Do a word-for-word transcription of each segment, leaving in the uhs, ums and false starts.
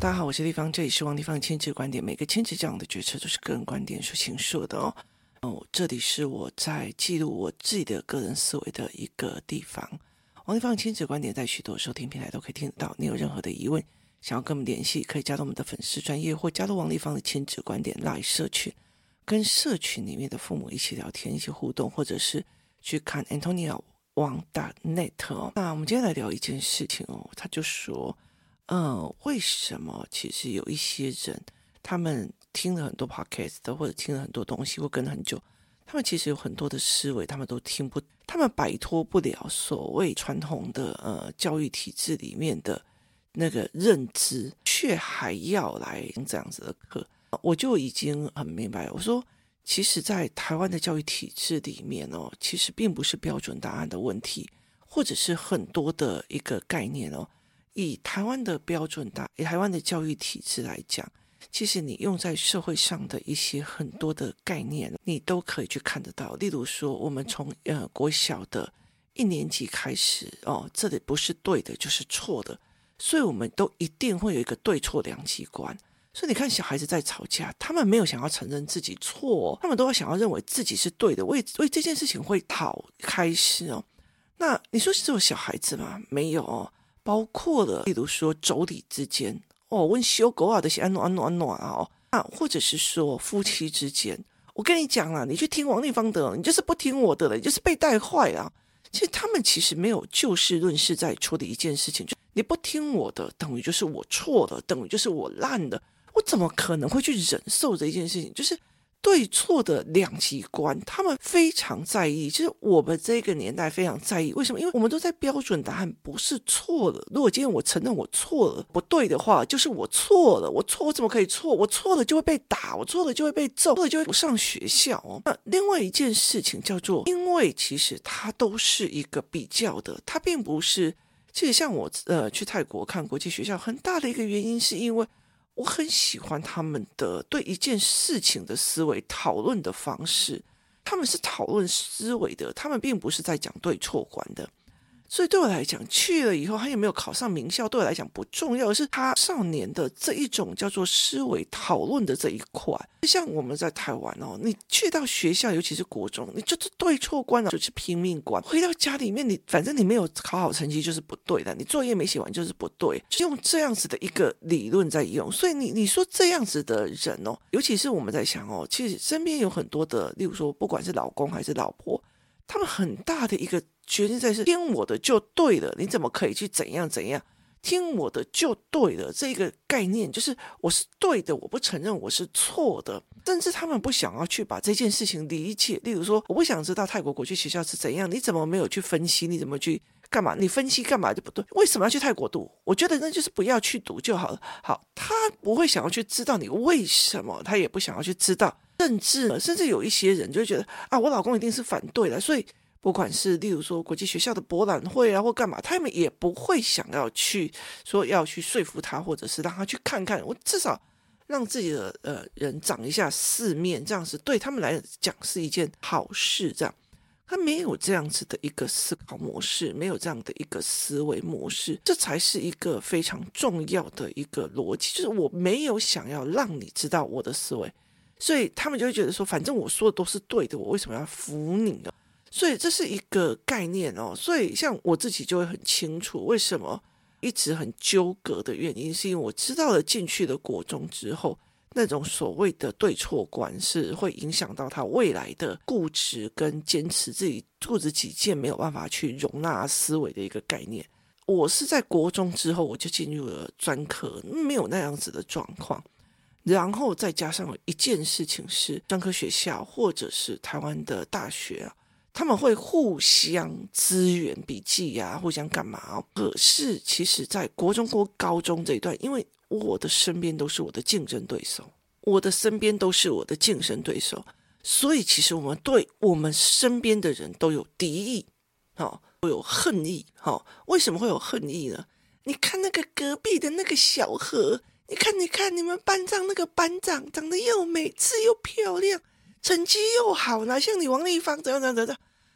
大家好，我是立方，这里是王立方的亲子观点。每个亲子这样的决策都是个人观点所形塑的哦。哦，这里是我在记录我自己的个人思维的一个地方。王立方的亲子观点在许多收听平台都可以听得到。你有任何的疑问，想要跟我们联系，可以加入我们的粉丝专页，或加入王立方的亲子观点 LINE 社群，跟社群里面的父母一起聊天，一起互动，或者是去看 Antonia 王 .net 哦。那我们今天来聊一件事情哦，他就说。呃，为什么其实有一些人，他们听了很多 podcast 或者听了很多东西，或跟了很久，他们其实有很多的思维，他们都听不，他们摆脱不了所谓传统的呃教育体制里面的那个认知，却还要来这样子的课，我就已经很明白，我说，其实，在台湾的教育体制里面哦，其实并不是标准答案的问题，或者是很多的一个概念哦。以台湾的标准大，以台湾的教育体制来讲，其实你用在社会上的一些很多的概念，你都可以去看得到。例如说，我们从呃国小的一年级开始哦，这里不是对的就是错的，所以我们都一定会有一个对错两极观。所以你看小孩子在吵架，他们没有想要承认自己错，他们都要想要认为自己是对的，为为这件事情会讨开始哦。那你说只有小孩子吗？没有哦。包括了，例如说妯娌之间，哦，问修狗啊的是安诺安诺安诺啊，哦，啊，或者是说夫妻之间，我跟你讲啦，你去听王立芳的，你就是不听我的了，你就是被带坏啊。其实他们其实没有就事论事在处理一件事情，就你不听我的，等于就是我错了，等于就是我烂了，我怎么可能会去忍受这一件事情？就是对错的两极观，他们非常在意。其实我们这个年代非常在意，为什么？因为我们都在标准答案不是错了。如果今天我承认我错了，不对的话，就是我错了。我错，我怎么可以错？我错了就会被打，我错了就会被揍，错了就会不上学校哦。那另外一件事情叫做，因为其实它都是一个比较的，它并不是。其实像我呃去泰国看国际学校，很大的一个原因是因为。我很喜欢他们的对一件事情的思维讨论的方式，他们是讨论思维的，他们并不是在讲对错观的。所以对我来讲，去了以后他有没有考上名校，对我来讲不重要，而是他少年的这一种叫做思维讨论的这一块。像我们在台湾哦，你去到学校，尤其是国中，你就是对错观啊，就是拼命观。回到家里面，你反正你没有考好成绩就是不对的，你作业没写完就是不对，用这样子的一个理论在用。所以你你说这样子的人哦，尤其是我们在想哦，其实身边有很多的，例如说不管是老公还是老婆。他们很大的一个决定在是听我的就对了，你怎么可以去怎样怎样？听我的就对了，这个概念就是我是对的，我不承认我是错的，甚至他们不想要去把这件事情理解。例如说，我不想知道泰国国际学校是怎样，你怎么没有去分析？你怎么去干嘛？你分析干嘛就不对？为什么要去泰国读？我觉得那就是不要去读就好了。好，他不会想要去知道你为什么，他也不想要去知道。甚至甚至有一些人就会觉得啊，我老公一定是反对的，所以不管是例如说国际学校的博览会啊或干嘛，他们也不会想要去说要去说服他，或者是让他去看看，我至少让自己的呃人长一下世面，这样子对他们来讲是一件好事。这样他没有这样子的一个思考模式，没有这样的一个思维模式，这才是一个非常重要的一个逻辑，就是我没有想要让你知道我的思维。所以他们就会觉得说，反正我说的都是对的，我为什么要服你呢？所以这是一个概念哦。所以像我自己就会很清楚，为什么一直很纠葛的原因，是因为我知道了进去了国中之后，那种所谓的对错观是会影响到他未来的固执跟坚持自己固执己见，没有办法去容纳思维的一个概念。我是在国中之后我就进入了专科，没有那样子的状况。然后再加上一件事情是，专科学校或者是台湾的大学啊，他们会互相支援笔记啊，互相干嘛哦？可是其实在国中或高中这一段，因为我的身边都是我的竞争对手，我的身边都是我的竞争对手，所以其实我们对我们身边的人都有敌意，哦，都有恨意，哦，为什么会有恨意呢？你看那个隔壁的那个小何。你看，你看，你们班上那个班长长得又美，字又漂亮，成绩又好，哪像你王立芳怎样怎样怎样。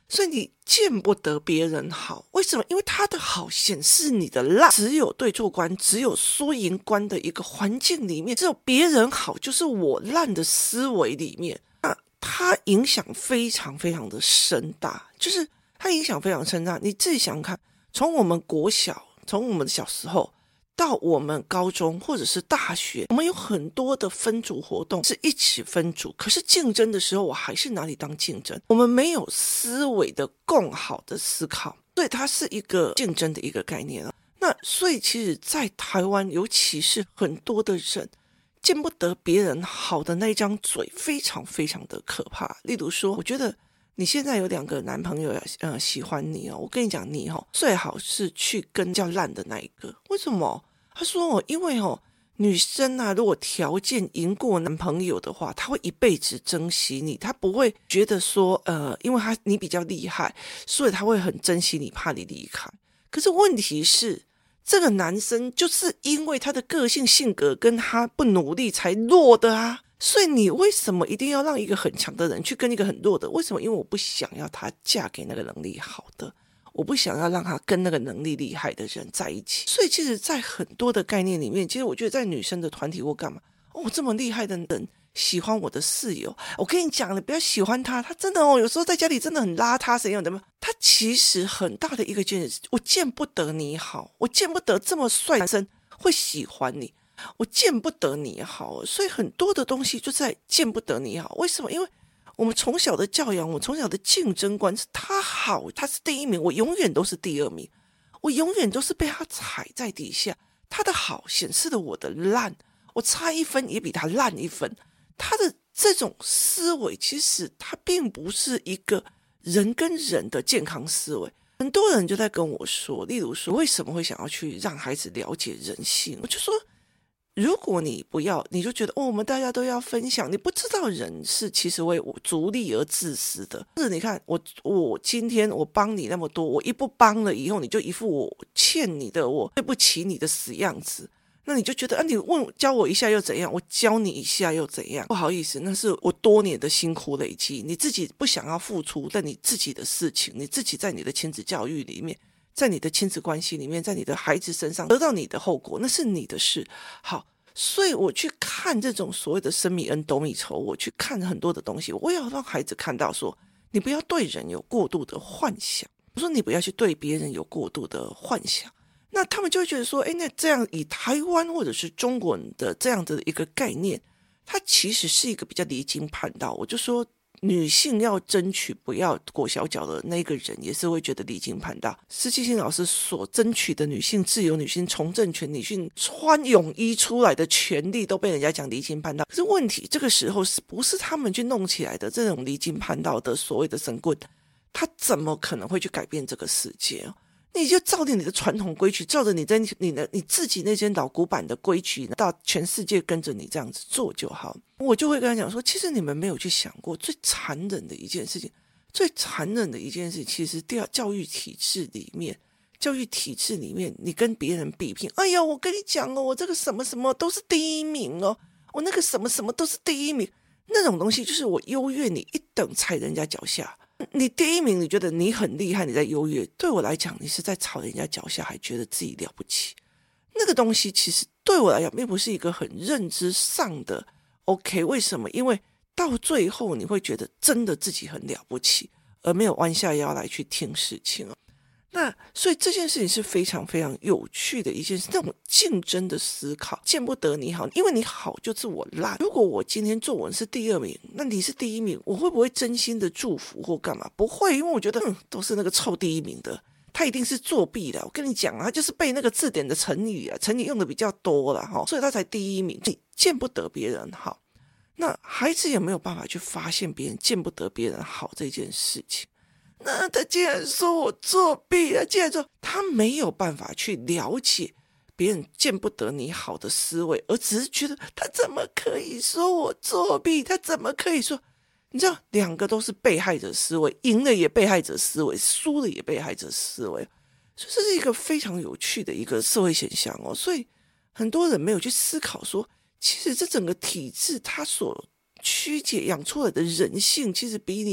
所以你见不得别人好，为什么？因为他的好显示你的烂，只有对错观，只有输赢观的一个环境里面，只有别人好就是我烂的思维里面，那它影响非常非常的深大，就是它影响非常深大。你自己想想看，从我们国小，从我们小时候到我们高中或者是大学，我们有很多的分组活动是一起分组，可是竞争的时候我还是拿你当竞争，我们没有思维的共好的思考，所以它是一个竞争的一个概念。那所以其实在台湾，尤其是很多的人见不得别人好的那一张嘴非常非常的可怕。例如说，我觉得你现在有两个男朋友呃喜欢你哦，我跟你讲，你哦最好是去跟较烂的那一个。为什么？他说哦，因为哦女生啊，如果条件赢过男朋友的话，她会一辈子珍惜你，她不会觉得说呃，因为他你比较厉害，所以她会很珍惜你，怕你离开。可是问题是，这个男生就是因为他的个性性格跟他不努力才弱的啊。所以你为什么一定要让一个很强的人去跟一个很弱的？为什么？因为我不想要她嫁给那个能力好的，我不想要让她跟那个能力厉害的人在一起。所以其实在很多的概念里面，其实我觉得在女生的团体或干嘛，哦，这么厉害的人喜欢我的室友，我跟你讲了，不要喜欢他，他真的哦，有时候在家里真的很邋遢，怎样的吗？他其实很大的一个见识，我见不得你好，我见不得这么帅的男生会喜欢你，我见不得你好，所以很多的东西就在见不得你好。为什么？因为我们从小的教养，我从小的竞争观是他好，他是第一名，我永远都是第二名，我永远都是被他踩在底下。他的好显示了我的烂，我差一分也比他烂一分。他的这种思维其实他并不是一个人跟人的健康思维。很多人就在跟我说，例如说为什么会想要去让孩子了解人性，我就说如果你不要，你就觉得哦，我们大家都要分享，你不知道人是其实为我逐利而自私的。是你看我我今天我帮你那么多，我一不帮了以后，你就一副我欠你的，我对不起你的死样子。那你就觉得啊，你问教我一下又怎样？我教你一下又怎样？不好意思，那是我多年的辛苦累积，你自己不想要付出，但你自己的事情，你自己在你的亲子教育里面，在你的亲子关系里面，在你的孩子身上得到你的后果，那是你的事。好，所以我去看这种所谓的生米恩斗米仇，我去看很多的东西，我也要让孩子看到说，你不要对人有过度的幻想，我说你不要去对别人有过度的幻想。那他们就会觉得说，哎，那这样以台湾或者是中国人的这样的一个概念，它其实是一个比较离经叛道。我就说，女性要争取不要裹小脚的那个人，也是会觉得离经叛道。施纪新老师所争取的女性自由、女性从政权、女性穿泳衣出来的权利，都被人家讲离经叛道。可是问题，这个时候是不是他们去弄起来的这种离经叛道的所谓的神棍，他怎么可能会去改变这个世界？你就照着你的传统规矩，照着你在你的你自己那些老古板的规矩，到全世界跟着你这样子做就好。我就会跟他讲说，其实你们没有去想过最残忍的一件事情，最残忍的一件事情，其实教教育体制里面，教育体制里面，你跟别人比拼，哎呀，我跟你讲哦，我这个什么什么都是第一名哦，我那个什么什么都是第一名，那种东西就是我优越你一等，踩人家脚下。你第一名，你觉得你很厉害，你在优越，对我来讲，你是在踩人家脚下，还觉得自己了不起。那个东西其实对我来讲，并不是一个很认知上的 OK。为什么？因为到最后你会觉得真的自己很了不起，而没有弯下腰来去听事情。那所以这件事情是非常非常有趣的一件事，那种竞争的思考，见不得你好，因为你好就是我烂。如果我今天作文是第二名，那你是第一名，我会不会真心的祝福或干嘛？不会，因为我觉得、嗯、都是那个臭第一名的，他一定是作弊的。我跟你讲啊，他就是背那个字典的成语啊，成语用的比较多了哈，所以他才第一名。你见不得别人好，那孩子也没有办法去发现别人见不得别人好这件事情。那他竟然说我作弊了，竟然说他没有办法去了解别人见不得你好的思维，而只是觉得他怎么可以说我作弊，他怎么可以说，你知道两个都是被害者思维，赢了也被害者思维，输了也被害者思维，所以这是一个非常有趣的一个社会现象哦。所以很多人没有去思考说，其实这整个体制它所曲解养出来的人性，其实比你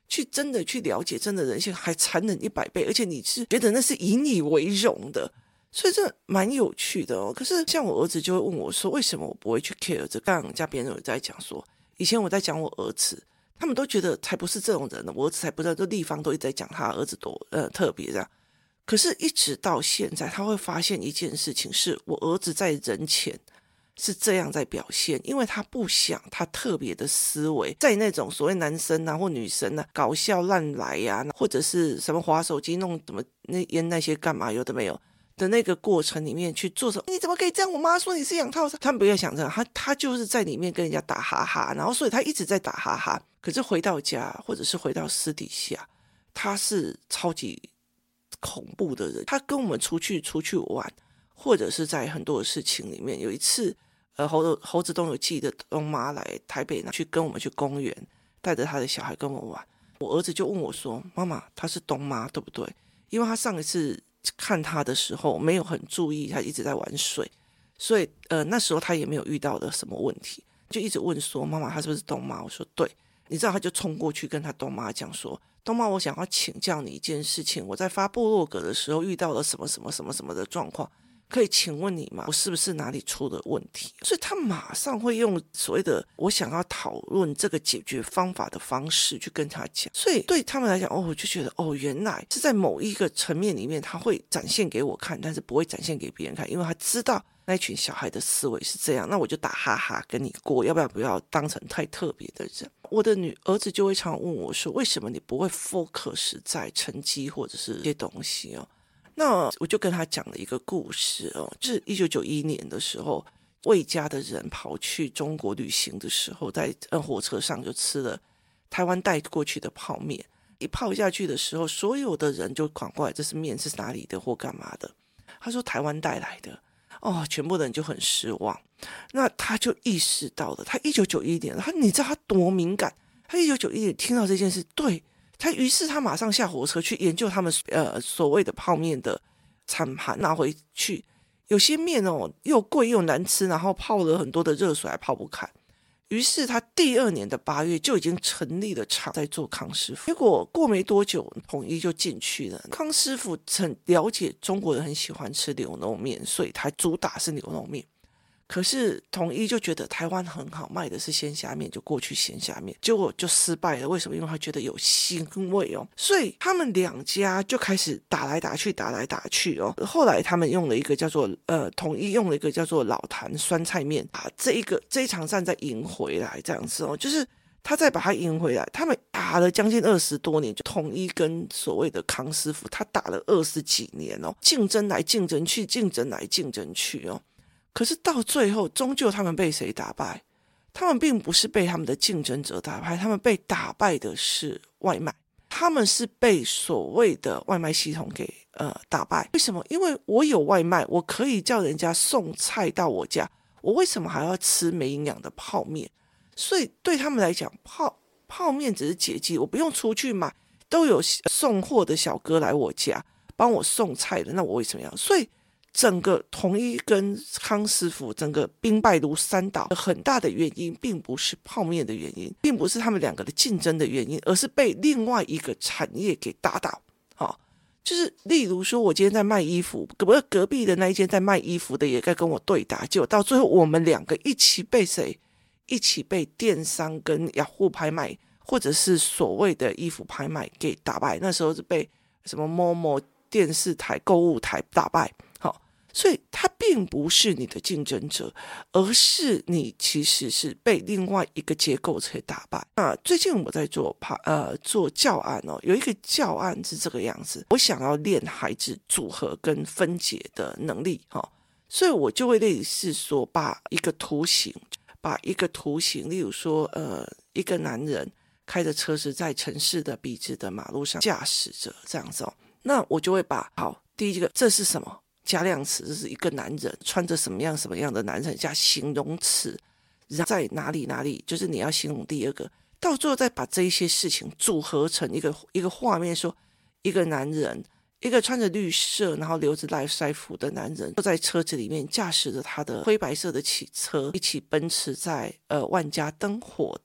去真的去了解真的人性，还残忍一百倍，而且你是觉得那是以你为荣的，所以这蛮有趣的哦。可是像我儿子就会问我说，为什么我不会去 care 这？刚刚家别人有在讲说，以前我在讲我儿子，他们都觉得才不是这种人呢，我儿子才不知道，就地方都一直在讲他儿子多呃特别这样。可是，一直到现在，他会发现一件事情，是我儿子在人前是这样在表现，因为他不想他特别的思维，在那种所谓男生啊或女生啊搞笑烂来呀、啊，或者是什么滑手机弄怎么那烟那些干嘛有的没有的那个过程里面去做什么？你怎么可以这样？我妈说你是养套餐，他们不要想这样，他他就是在里面跟人家打哈哈，然后所以他一直在打哈哈。可是回到家或者是回到私底下，他是超级恐怖的人。他跟我们出去出去玩，或者是在很多的事情里面。有一次，呃，猴子猴子东有记得东妈来台北去跟我们去公园，带着他的小孩跟我们玩。我儿子就问我说：“妈妈，他是东妈对不对？”因为他上一次看他的时候没有很注意，他一直在玩水，所以呃那时候他也没有遇到的什么问题，就一直问说：“妈妈，他是不是东妈？”我说：“对。”你知道他就冲过去跟他东妈讲说：“东妈，我想要请教你一件事情，我在发部落格的时候遇到了什么什么什么什么的状况，可以请问你吗？我是不是哪里出了问题？”所以他马上会用所谓的我想要讨论这个解决方法的方式去跟他讲。所以对他们来讲，哦，我就觉得哦，原来是在某一个层面里面他会展现给我看，但是不会展现给别人看，因为他知道那群小孩的思维是这样，那我就打哈哈跟你过，要不要不要当成太特别的人。我的女儿子就会常问我说，为什么你不会 focus 在成绩或者是这些东西哦？那我就跟他讲了一个故事哦，就是一九九一年的时候，魏家的人跑去中国旅行的时候，在火车上就吃了台湾带过去的泡面，一泡下去的时候，所有的人就赶过来，这是面是哪里的或干嘛的？他说台湾带来的。哦，全部的人就很失望。那他就意识到了，他一九九一年，他你知道他多敏感？他一九九一年听到这件事，对他，于是他马上下火车去研究他们呃所谓的泡面的产盘，拿回去。有些面哦又贵又难吃，然后泡了很多的热水还泡不开。于是他第二年的八月就已经成立了厂在做康师傅，结果过没多久统一就进去了。康师傅很了解中国人很喜欢吃牛肉面，所以他主打是牛肉面。可是统一就觉得台湾很好卖的是鲜虾面，就过去鲜虾面，结果就失败了。为什么？因为他觉得有腥味哦，所以他们两家就开始打来打去，打来打去哦。后来他们用了一个叫做呃，统一用了一个叫做老坛酸菜面，把这一个这一场战再赢回来，这样子哦，就是他再把它赢回来。他们打了将近二十多年，就统一跟所谓的康师傅，他打了二十几年哦，竞争来竞争去，竞争来竞争去哦。可是到最后，终究他们被谁打败？他们并不是被他们的竞争者打败，他们被打败的是外卖，他们是被所谓的外卖系统给呃打败。为什么？因为我有外卖，我可以叫人家送菜到我家，我为什么还要吃没营养的泡面？所以对他们来讲，泡泡面只是解剂，我不用出去买，都有送货的小哥来我家帮我送菜的，那我为什么要？所以整个统一跟康师傅整个兵败如山倒，很大的原因并不是泡面的原因，并不是他们两个的竞争的原因，而是被另外一个产业给打倒。哦，就是例如说，我今天在卖衣服，隔隔壁的那一间在卖衣服的也在跟我对打，结果到最后我们两个一起被谁？一起被电商跟雅虎拍卖或者是所谓的衣服拍卖给打败。那时候是被什么某某电视台购物台打败。好，所以它并不是你的竞争者，而是你其实是被另外一个结构给打败。那最近我在做呃做教案哦，有一个教案是这个样子，我想要练孩子组合跟分解的能力哈、哦，所以我就会类似说把一个图形。把一个图形，例如说，呃，一个男人开着车子在城市的笔直的马路上驾驶着这样子哦，那我就会把好第一个这是什么加量词，这是一个男人穿着什么样什么样的男人加形容词，在哪里哪里，就是你要形容第二个，到最后再把这一些事情组合成一个一个画面，说一个男人。一个穿着绿色然后留着络腮胡的男人坐在车子里面驾驶着他的灰白色的汽车一起奔驰在呃万家灯火的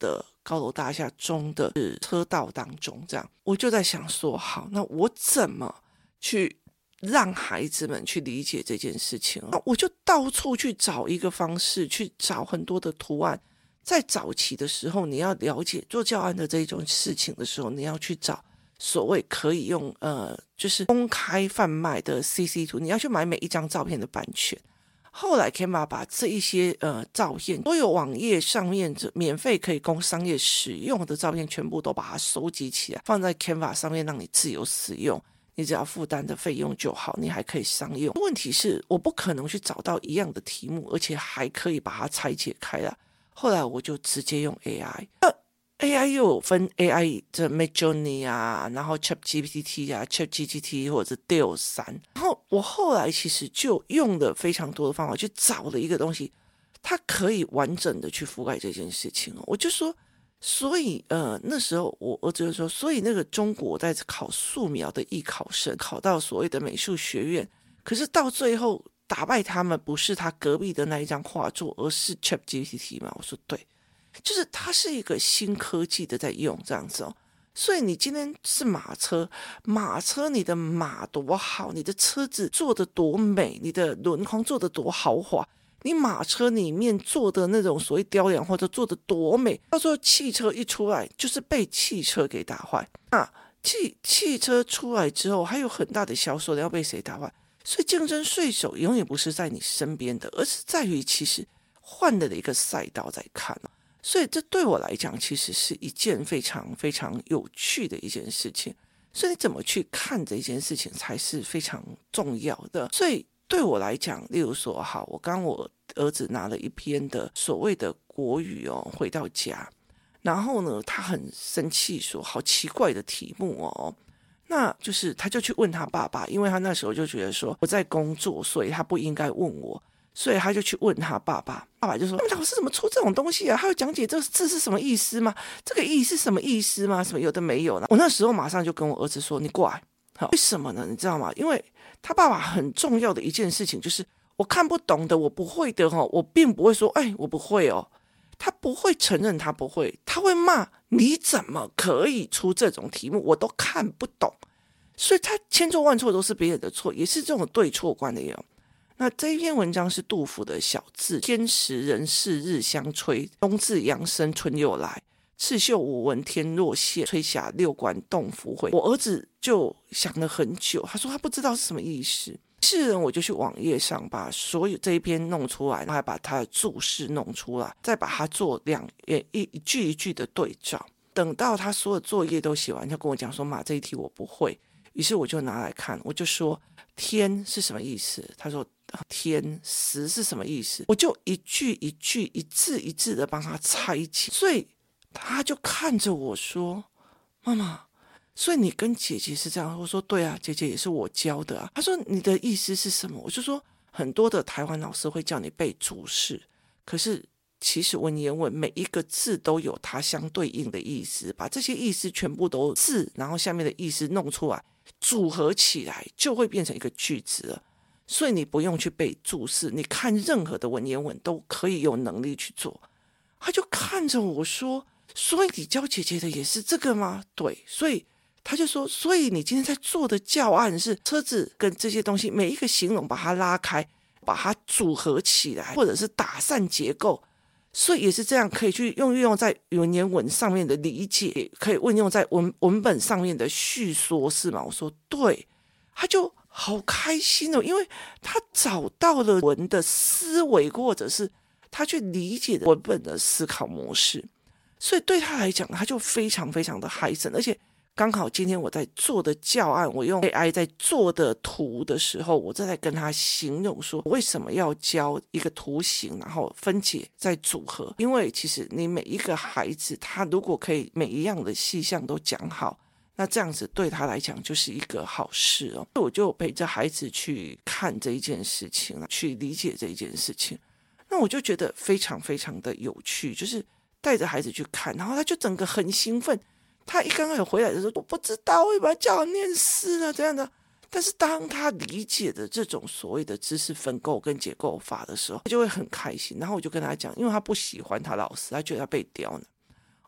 高楼大厦中的车道当中，这样我就在想说，好，那我怎么去让孩子们去理解这件事情？那我就到处去找一个方式，去找很多的图案。在早期的时候，你要了解做教案的这种事情的时候，你要去找所谓可以用呃，就是公开贩卖的 C C 图，你要去买每一张照片的版权。后来 Canva 把这一些呃照片，所有网页上面免费可以供商业使用的照片，全部都把它收集起来，放在 Canva 上面，让你自由使用。你只要负担的费用就好，你还可以商用。问题是我不可能去找到一样的题目，而且还可以把它拆解开来。后来我就直接用 A I， 呃 A I 又有分 A I 的 Midjourney 啊，然后 ChatGPT 啊 ChatGPT 或者是 D A L L 三，然后我后来其实就用了非常多的方法去找了一个东西，它可以完整的去覆盖这件事情。我就说，所以呃那时候我儿子就说，所以那个中国在考素描的艺考生考到所谓的美术学院，可是到最后打败他们不是他隔壁的那一张画作，而是 ChatGPT 嘛？我说对，就是它是一个新科技的在用这样子哦。所以你今天是马车，马车你的马多好，你的车子做得多美，你的轮框做得多豪华，你马车里面做的那种所谓雕梁或者做得多美，到时候汽车一出来就是被汽车给打坏。那汽汽车出来之后，还有很大的销售量要被谁打坏？所以竞争对手永远不是在你身边的，而是在于其实换了的一个赛道在看。所以这对我来讲其实是一件非常非常有趣的一件事情。所以你怎么去看这件事情才是非常重要的。所以对我来讲，例如说好，我刚我儿子拿了一篇的所谓的国语哦，回到家，然后呢他很生气说好奇怪的题目哦，那就是他就去问他爸爸，因为他那时候就觉得说我在工作，所以他不应该问我，所以他就去问他爸爸。爸爸就说老师怎么出这种东西啊，他有讲解这个字是什么意思吗？这个意是什么意思吗？什么有的没有呢？我那时候马上就跟我儿子说你过来。好，为什么呢？你知道吗？因为他爸爸很重要的一件事情就是我看不懂的，我不会的哦，我并不会说哎我不会哦，他不会承认他不会，他会骂你怎么可以出这种题目，我都看不懂。所以他千错万错都是别人的错，也是这种对错观的哦。那这一篇文章是杜甫的小字，天时人事日相催，冬至阳生春又来，刺绣五文天若现，吹霞六管动拂回。我儿子就想了很久，他说他不知道是什么意思。是人我就去网页上把所有这一篇弄出来，还把他的注释弄出来，再把它做两一一句一句的对照。等到他所有作业都写完，他跟我讲说妈这一题我不会，于是我就拿来看，我就说天是什么意思？他说天，时是什么意思？我就一句一句一字一字的帮他拆解。所以他就看着我说妈妈，所以你跟姐姐是这样？我说对啊，姐姐也是我教的啊。他说你的意思是什么？我就说很多的台湾老师会叫你背注释，可是其实文言文每一个字都有它相对应的意思，把这些意思全部都字，然后下面的意思弄出来，组合起来就会变成一个句子了。所以你不用去背注释，你看任何的文言文都可以有能力去做。他就看着我说，所以你教姐姐的也是这个吗？对，所以他就说，所以你今天在做的教案是车子跟这些东西每一个形容把它拉开，把它组合起来，或者是打散结构，所以也是这样可以去用运用在文言文上面的理解，可以运用在文文本上面的叙说，是吗？我说对。他就好开心哦，因为他找到了文的思维，或者是他去理解文本的思考模式，所以对他来讲他就非常非常的嗨森。而且刚好今天我在做的教案，我用 A I 在做的图的时候，我正在跟他形容说为什么要教一个图形，然后分解再组合。因为其实你每一个孩子他如果可以每一样的细项都讲好，那这样子对他来讲就是一个好事哦。我就陪着孩子去看这一件事情，去理解这一件事情。那我就觉得非常非常的有趣，就是带着孩子去看，然后他就整个很兴奋。他一刚开始回来的时候，我不知道为什么要叫我念诗啊这样的。但是当他理解的这种所谓的知识分构跟结构法的时候，他就会很开心。然后我就跟他讲，因为他不喜欢他老师，他觉得他被刁难。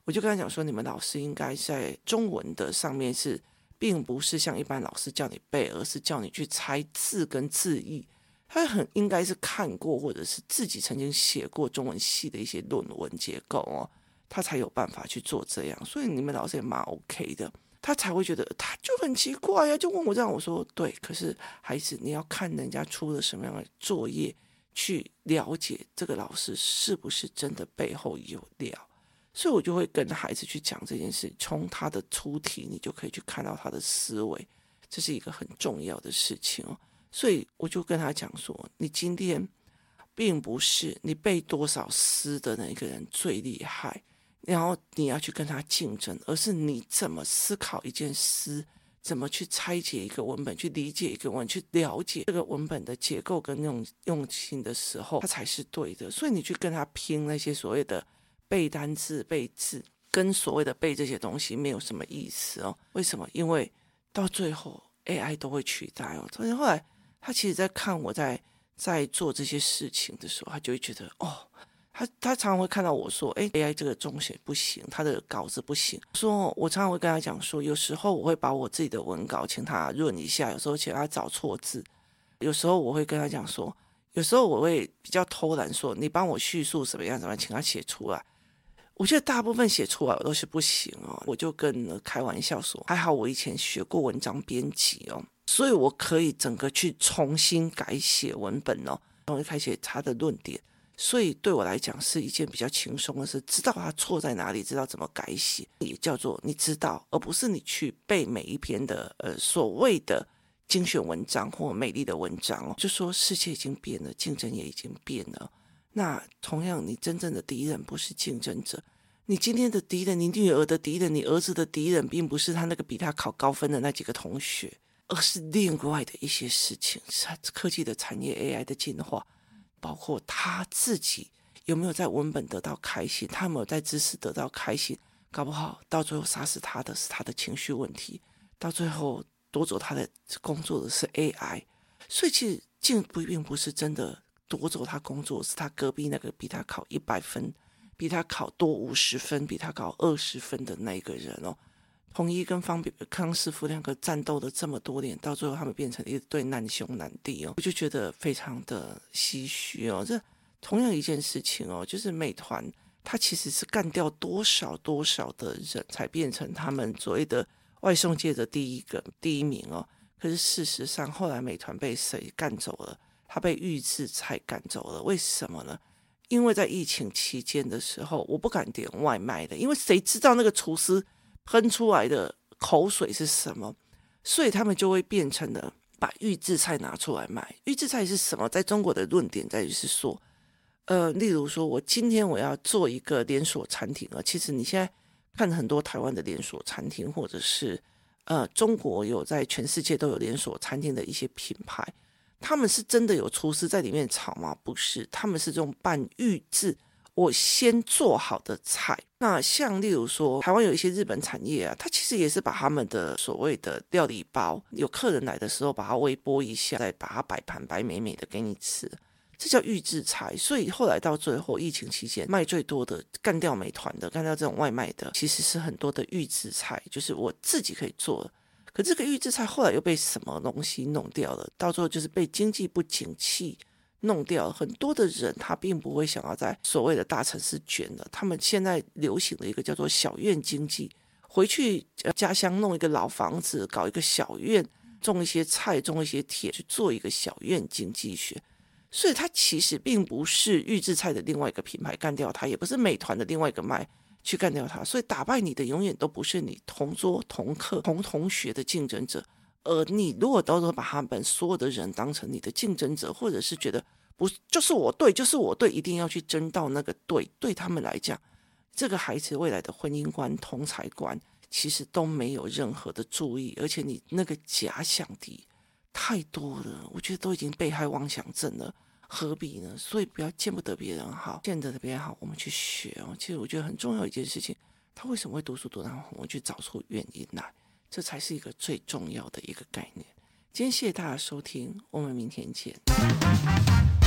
我就跟他讲说，你们老师应该在中文的上面是，并不是像一般老师叫你背，而是叫你去猜字跟字义。他很应该是看过，或者是自己曾经写过中文系的一些论文结构哦，他才有办法去做这样。所以你们老师也蛮 OK 的，他才会觉得他就很奇怪呀、啊，就问我这样，我说对，可是孩子你要看人家出了什么样的作业，去了解这个老师是不是真的背后有料。所以我就会跟孩子去讲这件事，从他的出题你就可以去看到他的思维，这是一个很重要的事情哦。所以我就跟他讲说，你今天并不是你背多少诗的那个人最厉害，然后你要去跟他竞争，而是你怎么思考一件诗，怎么去拆解一个文本，去理解一个文本，去了解这个文本的结构跟用用心的时候，它才是对的。所以你去跟他拼那些所谓的背单字、背字，跟所谓的背这些东西没有什么意思哦。为什么？因为到最后 A I 都会取代哦。所以后来他其实在看我在在做这些事情的时候，他就会觉得哦，他他常常会看到我说，哎 ，A I 这个中写不行，他的稿子不行。说我常常会跟他讲说，有时候我会把我自己的文稿请他润一下，有时候请他找错字，有时候我会跟他讲说，有时候我会比较偷懒说，你帮我叙述什么样怎么样，请他写出来。我觉得大部分写出来我都是不行哦，我就跟开玩笑说，还好我以前学过文章编辑哦，所以我可以整个去重新改写文本哦，重新改写他的论点，所以对我来讲是一件比较轻松的事，知道他错在哪里，知道怎么改写，也叫做你知道，而不是你去背每一篇的呃所谓的精选文章或美丽的文章哦，就说世界已经变了，竞争也已经变了。那同样，你真正的敌人不是竞争者，你今天的敌人，你女儿的敌人，你儿子的敌人，并不是他那个比他考高分的那几个同学，而是另外的一些事情，是科技的产业 A I 的进化，包括他自己有没有在文本得到开心，他有没有在知识得到开心，搞不好到最后杀死他的是他的情绪问题，到最后夺走他的工作的是 A I， 所以其实进步并不是真的夺走他工作，是他隔壁那个比他考一百分，比他考多五十分，比他考二十分的那个人哦。弘一跟方康师傅两个战斗了这么多年，到最后他们变成一对难兄难弟哦，我就觉得非常的唏嘘哦。这同样一件事情哦，就是美团它其实是干掉多少多少的人才变成他们所谓的外送界的第一个第一名哦。可是事实上，后来美团被谁干走了？他被预制菜赶走了，为什么呢？因为在疫情期间的时候，我不敢点外卖的，因为谁知道那个厨师喷出来的口水是什么，所以他们就会变成了把预制菜拿出来卖。预制菜是什么？在中国的论点在于是说，呃，例如说我今天我要做一个连锁餐厅啊，其实你现在看很多台湾的连锁餐厅，或者是呃中国有在全世界都有连锁餐厅的一些品牌。他们是真的有厨师在里面炒吗？不是，他们是这种半预制，我先做好的菜。那像例如说，台湾有一些日本产业啊，它其实也是把他们的所谓的料理包，有客人来的时候把它微波一下，再把它摆盘摆美美的给你吃，这叫预制菜。所以后来到最后疫情期间卖最多的，干掉美团的，干掉这种外卖的，其实是很多的预制菜，就是我自己可以做的。可这个预制菜后来又被什么东西弄掉了？到最后就是被经济不景气弄掉了。很多的人他并不会想要在所谓的大城市卷了，他们现在流行的一个叫做小院经济，回去家乡弄一个老房子，搞一个小院，种一些菜，种一些田，去做一个小院经济学。所以它其实并不是预制菜的另外一个品牌干掉它，也不是美团的另外一个卖去干掉它，所以打败你的永远都不是你同桌同课同同学的竞争者，而你如果到时候把他们所有的人当成你的竞争者，或者是觉得不就是我对就是我对，一定要去争到那个对，对他们来讲，这个孩子未来的婚姻观同财观其实都没有任何的注意，而且你那个假想敌太多了，我觉得都已经被害妄想症了，何必呢？所以不要见不得别人好，见得别人好，我们去学哦。其实我觉得很重要一件事情，他为什么会读书读那么好，我们去找出原因来，这才是一个最重要的一个概念。今天谢谢大家收听，我们明天见。